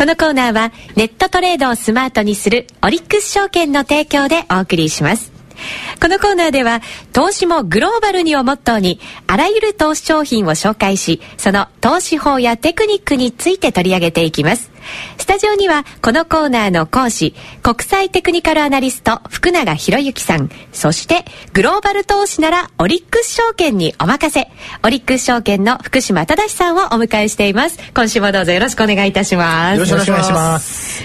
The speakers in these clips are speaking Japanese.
このコーナーはネットトレードをスマートにするオリックス証券の提供でお送りします。このコーナーでは投資もグローバルにをモットーにあらゆる投資商品を紹介し、その投資法やテクニックについて取り上げていきます。スタジオにはこのコーナーの講師、国際テクニカルアナリスト福永博之さん、そしてグローバル投資ならオリックス証券にお任せ、オリックス証券の福島忠さんをお迎えしています。今週もどうぞよろしくお願いいたします。 よろしくお願いします。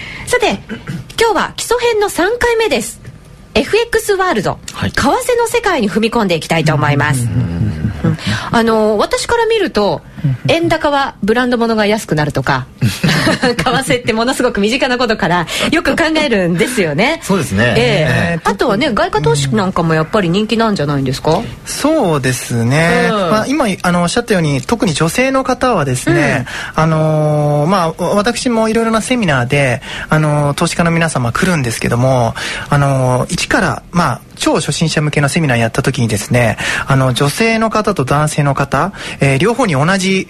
さて、今日は基礎編の3回目です。FX ワールド、為替の世界に踏み込んでいきたいと思います。私から見ると円高はブランド物が安くなるとか為替ってものすごく身近なことからよく考えるんですよね。 そうですね、 あとはね、外貨投資なんかもやっぱり人気なんじゃないんですか？ そうですね、今おっしゃったように特に女性の方はですね、私もいろいろなセミナーで投資家の皆様来るんですけども、一から超初心者向けのセミナーやった時にですね、女性の方と男性の方、両方に同じ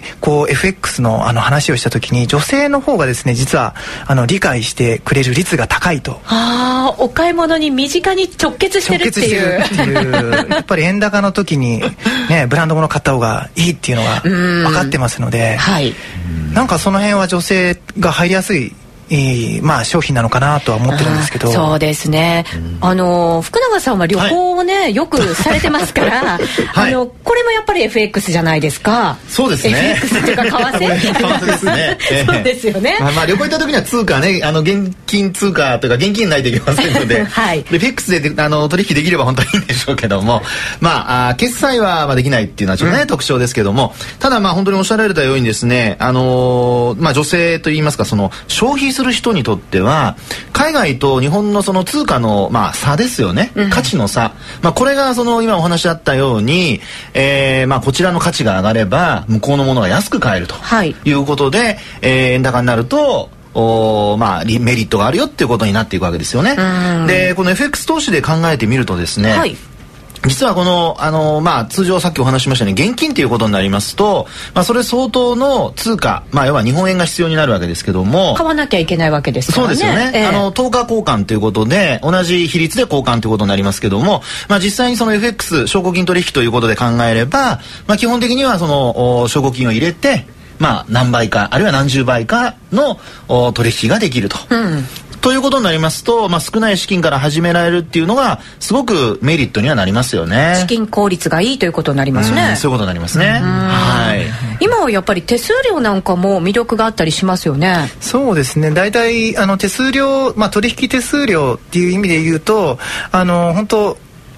FX の話をした時に、女性の方がですね実は理解してくれる率が高いと。 お買い物に身近に直結してるっていうやっぱり円高の時に、ね、ブランド物買った方がいいっていうのが分かってますので、なんかその辺は女性が入りやすい商品なのかなとは思ってるんですけど。 そうですね、福永さんは旅行をね、よくされてますから、これもやっぱり FX じゃないですか。 そうですね、 FX っていうか為替ですねそうですよね。 旅行行った時には通貨ね、現金通貨というか現金ないといけませんので、FX で取引できれば本当にいいんでしょうけども、決済はできないっていうのはちょっとね、特徴ですけども、ただ本当におっしゃられたようにですね、女性といいますか、その消費する人にとっては海外と日本のその通貨の差ですよね、価値の差、これが今お話あったように、こちらの価値が上がれば向こうのものが安く買えるということで、円高になるとメリットがあるよっていうことになっていくわけですよね。でこの FX 投資で考えてみるとですね、実はこの通常さっきお話ししましたように現金ということになりますと、それ相当の通貨、要は日本円が必要になるわけですけども、 買わなきゃいけないわけですからね。 そうですよね、等価交換ということで同じ比率で交換ということになりますけども、実際にその FX 証拠金取引ということで考えれば、基本的にはその証拠金を入れて何倍かあるいは何十倍かの取引ができると。ということになりますと、少ない資金から始められるっていうのがすごくメリットにはなりますよね。 資金効率がいいということになりますね。 そういうことになりますね。 今はやっぱり手数料なんかも魅力があったりしますよね。 そうですね、大体手数料、取引手数料っていう意味で言うと本当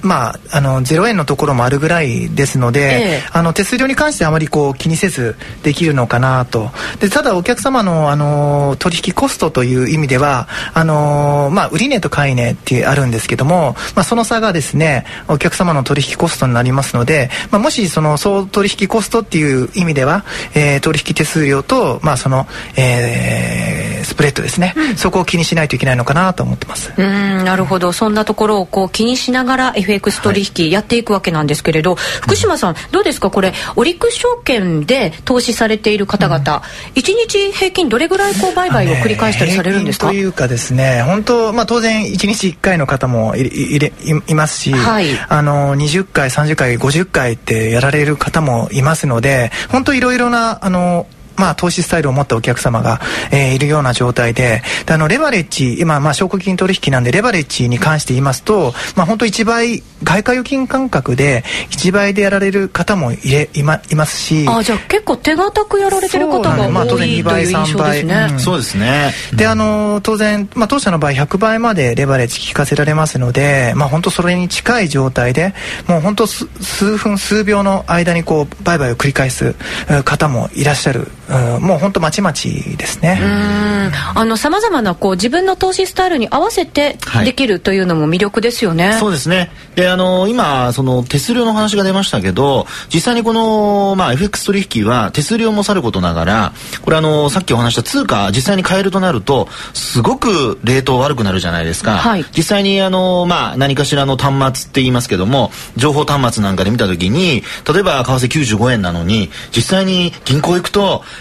0円のところもあるぐらいですので、手数料に関してあまり気にせずできるのかなと。でただお客様の取引コストという意味では売値と買値ってあるんですけども、その差がですねお客様の取引コストになりますので、もし総取引コストっていう意味では、取引手数料とスプレッドですね、そこを気にしないといけないのかなと思ってます。 なるほど、そんなところを気にしながらFX 取引やっていくわけなんですけれど、福島さんどうですか、これオリックス証券で投資されている方々、1日平均どれぐらい売買を繰り返したりされるんですか？ というかですね、本当、当然1日1回の方もいますし、20回30回50回ってやられる方もいますので、本当いろいろな投資スタイルを持ったお客様が、いるような状態で、レバレッジ、今、証拠金取引なんでレバレッジに関して言いますと、本当1倍、外貨預金感覚で1倍でやられる方もいますし、 じゃあ結構手堅くやられてる方が多いという印象ですね。 そうですね。 で当然、当社の場合100倍までレバレッジ効かせられますので、本当それに近い状態でもう本当数分数秒の間に売買を繰り返す方もいらっしゃる。もう本当まちまちですね。 様々な自分の投資スタイルに合わせてできるというのも魅力ですよね。 そうですね。で今その手数料の話が出ましたけど、実際にこの、FX 取引は手数料もさることながら、これさっきお話した通貨実際に買えるとなるとすごくレート悪くなるじゃないですか。実際に何かしらの端末って言いますけども、情報端末なんかで見た時に、例えば為替95円なのに実際に銀行行くと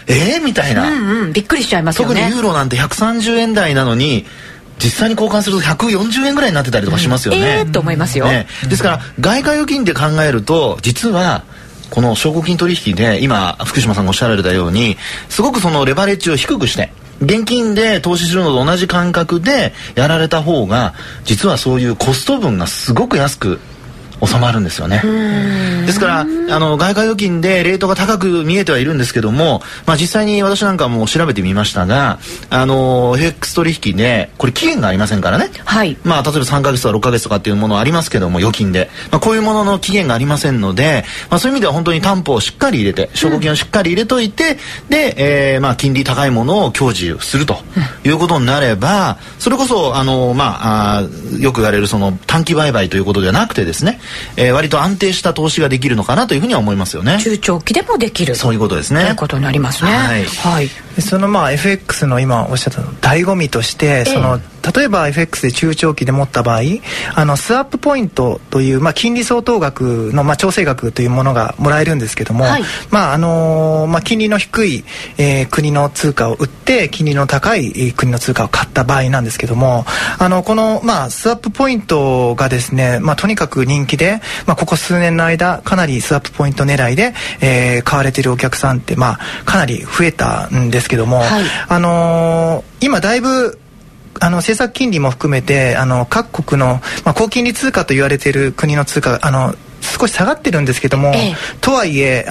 みたいな、 びっくりしちゃいますよね。 特にユーロなんて130円台なのに実際に交換すると140円ぐらいになってたりとかしますよね。 と思いますよ、 ですから外貨預金で考えると実はこの証拠金取引で今福島さんがおっしゃられたようにすごくそのレバレッジを低くして現金で投資するのと同じ感覚でやられた方が実はそういうコスト分がすごく安く収まるんですよね。ですから外貨預金でレートが高く見えてはいるんですけども、実際に私なんかも調べてみましたがFX 取引でこれ期限がありませんからね、例えば3ヶ月とか6ヶ月とかっていうものありますけども預金で、こういうものの期限がありませんので、そういう意味では本当に担保をしっかり入れて証拠金をしっかり入れといて、で、金利高いものを享受するということになれば、それこそよく言われるその短期売買ということではなくてですね、割と安定した投資ができるのかなというふうには思いますよね。 中長期でもできる、 そういうことですね、 ということになりますね。 そのFX の今おっしゃった醍醐味として、例えば FX で中長期で持った場合スワップポイントという、金利相当額の、調整額というものがもらえるんですけども、金利の低い、国の通貨を売って金利の高い国の通貨を買った場合なんですけども、この、スワップポイントがですね、とにかく人気で、ここ数年の間かなりスワップポイント狙いで、買われているお客さんって、かなり増えたんですけども、今だいぶ政策金利も含めて各国の、高金利通貨と言われている国の通貨少し下がってるんですけども、とはいえ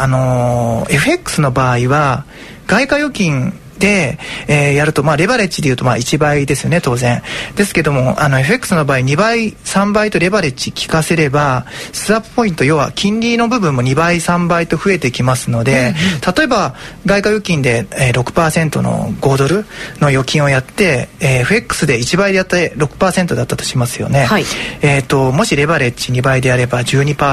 FX の場合は外貨預金で、やると、レバレッジでいうと1倍ですよね、当然ですけどもFX の場合2倍3倍とレバレッジ効かせればスワップポイント、要は金利の部分も2倍3倍と増えてきますので、例えば外貨預金で、6% の5ドルの預金をやって、FX で1倍でやって 6% だったとしますよね、もしレバレッジ2倍であれば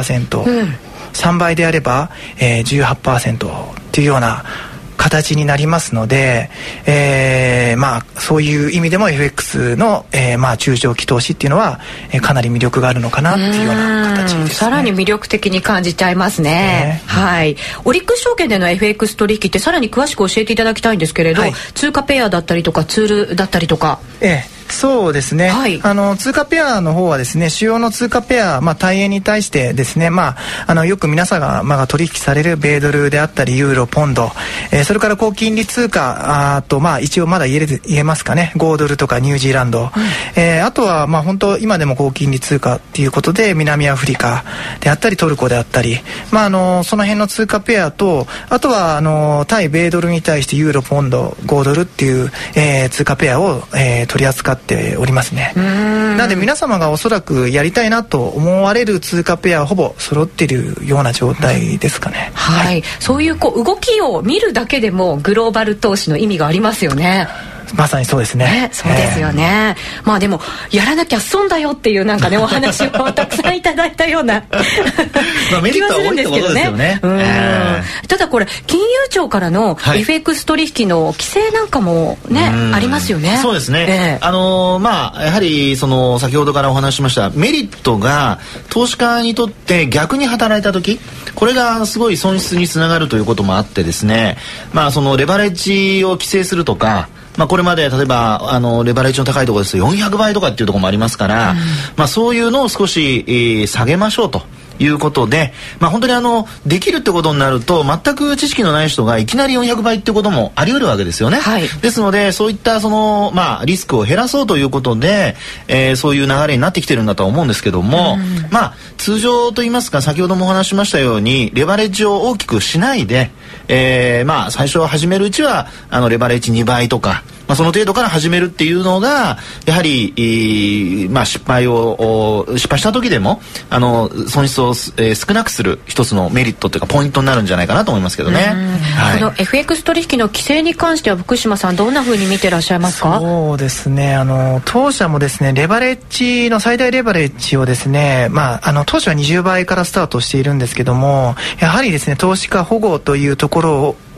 12%、3倍であれば、18% っていうような形になりますので、そういう意味でも FX の、中長期投資っていうのは、かなり魅力があるのかなっていうような形ですね。 さらに魅力的に感じちゃいますね。オリックス証券での FX 取引ってさらに詳しく教えていただきたいんですけれど、通貨ペアだったりとかツールだったりとか。 そうですね、通貨ペアの方はですね、主要の通貨ペア、対円に対してですね、よく皆さんが、取引される米ドルであったりユーロ、ポンド、それから高金利通貨と、一応まだ言えますかね、5ドルとかニュージーランド、あとは本当今でも高金利通貨っていうことで南アフリカであったりトルコであったり、その辺の通貨ペアと、あとは対米ドルに対してユーロ、ポンド、5ドルっていう、通貨ペアを、取り扱っておりますね。なので皆様がおそらくやりたいなと思われる通貨ペアはほぼ揃っているような状態ですかね。 そういう動きを見るだけでもグローバル投資の意味がありますよね。 まさにそうですね。 そうですよね。でもやらなきゃ損だよっていうなんかねお話をたくさんいただいたようなメリットは多いってことですよね。 ただこれ金融庁からの FX 取引の規制なんかもね、ありますよね。 そうですね。やはりその先ほどからお話しましたメリットが投資家にとって逆に働いた時、これがすごい損失につながるということもあってですね、そのレバレッジを規制するとか、これまで例えばレバレッジの高いところですと400倍とかっていうところもありますから、そういうのを少し、下げましょうということで、本当にできるってことになると全く知識のない人がいきなり400倍ってこともあり得るわけですよね。ですのでそういったリスクを減らそうということで、そういう流れになってきてるんだとは思うんですけども、通常といいますか先ほどもお話しましたようにレバレッジを大きくしないで、最初始めるうちはレバレッジ2倍とかその程度から始めるっていうのがやはり、失敗した時でも損失を、少なくする一つのメリットというかポイントになるんじゃないかなと思いますけどね。 この FX 取引の規制に関しては福島さんどんな風に見てらっしゃいますか？ そうですね、当社もですねレバレッジの最大レバレッジをですね、当社は20倍からスタートしているんですけども、やはりですね投資家保護というところ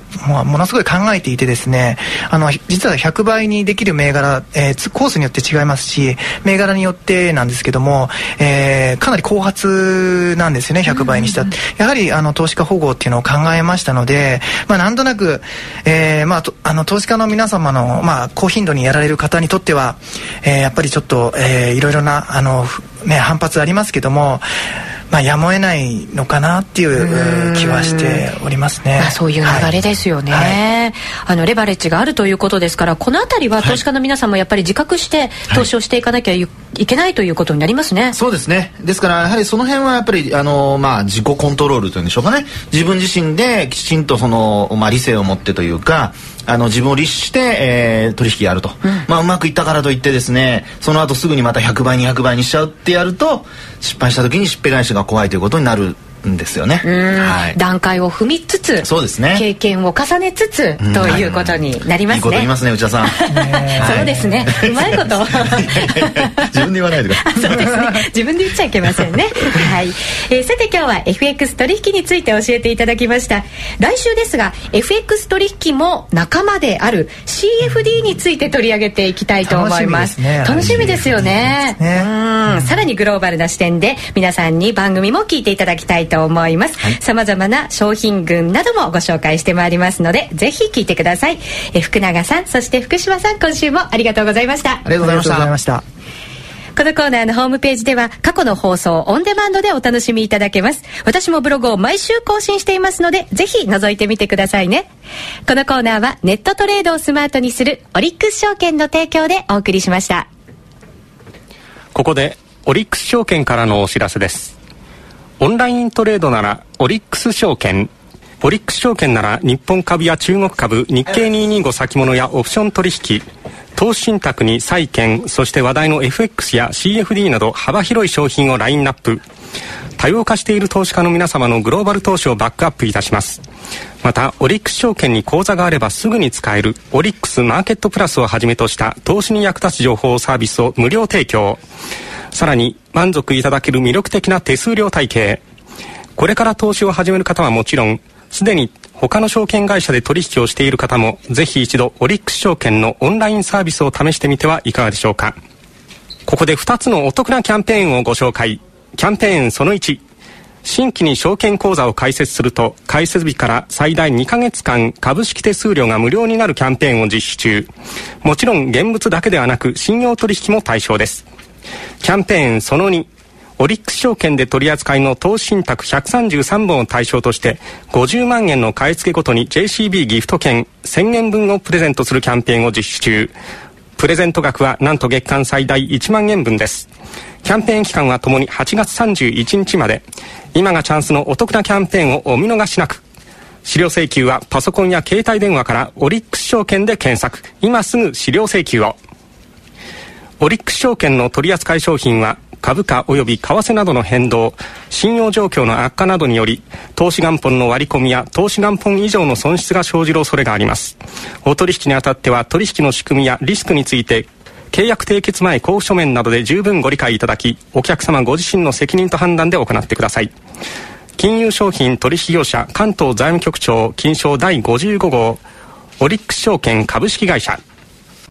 ものすごい考えていてですね、実は100倍にできる銘柄、コースによって違いますし、銘柄によってなんですけども、かなり後発なんですよね、100倍にした。やはり投資家保護っていうのを考えましたので、なんとなく、投資家の皆様の、高頻度にやられる方にとっては、やっぱりちょっと、いろいろな反発ありますけども、やむを得ないのかなっていう気はしておりますね。 そういう流れですよね、レバレッジがあるということですから、このあたりは投資家の皆さんもやっぱり自覚して投資をしていかなきゃいけないということになりますね。 そうですね。ですからやはりその辺はやっぱり自己コントロールというんでしょうかね。自分自身できちんと理性を持ってというか、自分を律して、取引やると、うまくいったからといってですね、その後すぐにまた100倍200倍にしちゃうってやると、失敗した時にしっぺ返しが怖いということになるんですよね。 段階を踏みつつ、 そうですね、 経験を重ねつつ、ということになりますね。いいこと言いますね、内田さん。 そうですね、うまいこと自分で言わないでください。 そうですね、自分で言っちゃいけませんね。さて今日は FX 取引について教えていただきました。来週ですが FX 取引も仲間である CFD について取り上げていきたいと思います。楽しみですよね。さらにグローバルな視点で皆さんに番組も聞いていただきたいと思います。さまざまな商品群などもご紹介してまいりますので、ぜひ聞いてください。福永さん、そして福島さん、今週もありがとうございました。 ありがとうございました。 このコーナーのホームページでは過去の放送オンデマンドでお楽しみいただけます。私もブログを毎週更新していますので、ぜひ覗いてみてくださいね。このコーナーはネットトレードをスマートにするオリックス証券の提供でお送りしました。 ここでオリックス証券からのお知らせです。オンライントレードならオリックス証券。オリックス証券なら日本株や中国株、日経225先物やオプション取引、投資信託に債券、そして話題の FX や CFD など幅広い商品をラインナップ。多様化している投資家の皆様のグローバル投資をバックアップいたします。またオリックス証券に口座があればすぐに使えるオリックスマーケットプラスをはじめとした投資に役立つ情報サービスを無料提供。さらに満足いただける魅力的な手数料体系。これから投資を始める方はもちろん、すでに他の証券会社で取引をしている方もぜひ一度オリックス証券のオンラインサービスを試してみてはいかがでしょうか。ここで2つのお得なキャンペーンをご紹介。キャンペーンその1、新規に証券口座を開設すると開設日から最大2ヶ月間株式手数料が無料になるキャンペーンを実施中。もちろん現物だけではなく信用取引も対象です。キャンペーンその2、オリックス証券で取り扱いの投資信託133本を対象として50万円の買い付けごとに JCB ギフト券1000円分をプレゼントするキャンペーンを実施中。プレゼント額はなんと月間最大1万円分です。キャンペーン期間はともに8月31日まで。今がチャンスのお得なキャンペーンをお見逃しなく。資料請求はパソコンや携帯電話からオリックス証券で検索。今すぐ資料請求を。オリックス証券の取扱い商品は株価及び為替などの変動、信用状況の悪化などにより投資元本の割り込みや投資元本以上の損失が生じる恐れがあります。お取引にあたっては取引の仕組みやリスクについて契約締結前交付書面などで十分ご理解いただき、お客様ご自身の責任と判断で行ってください。金融商品取引業者関東財務局長金賞第55号オリックス証券株式会社。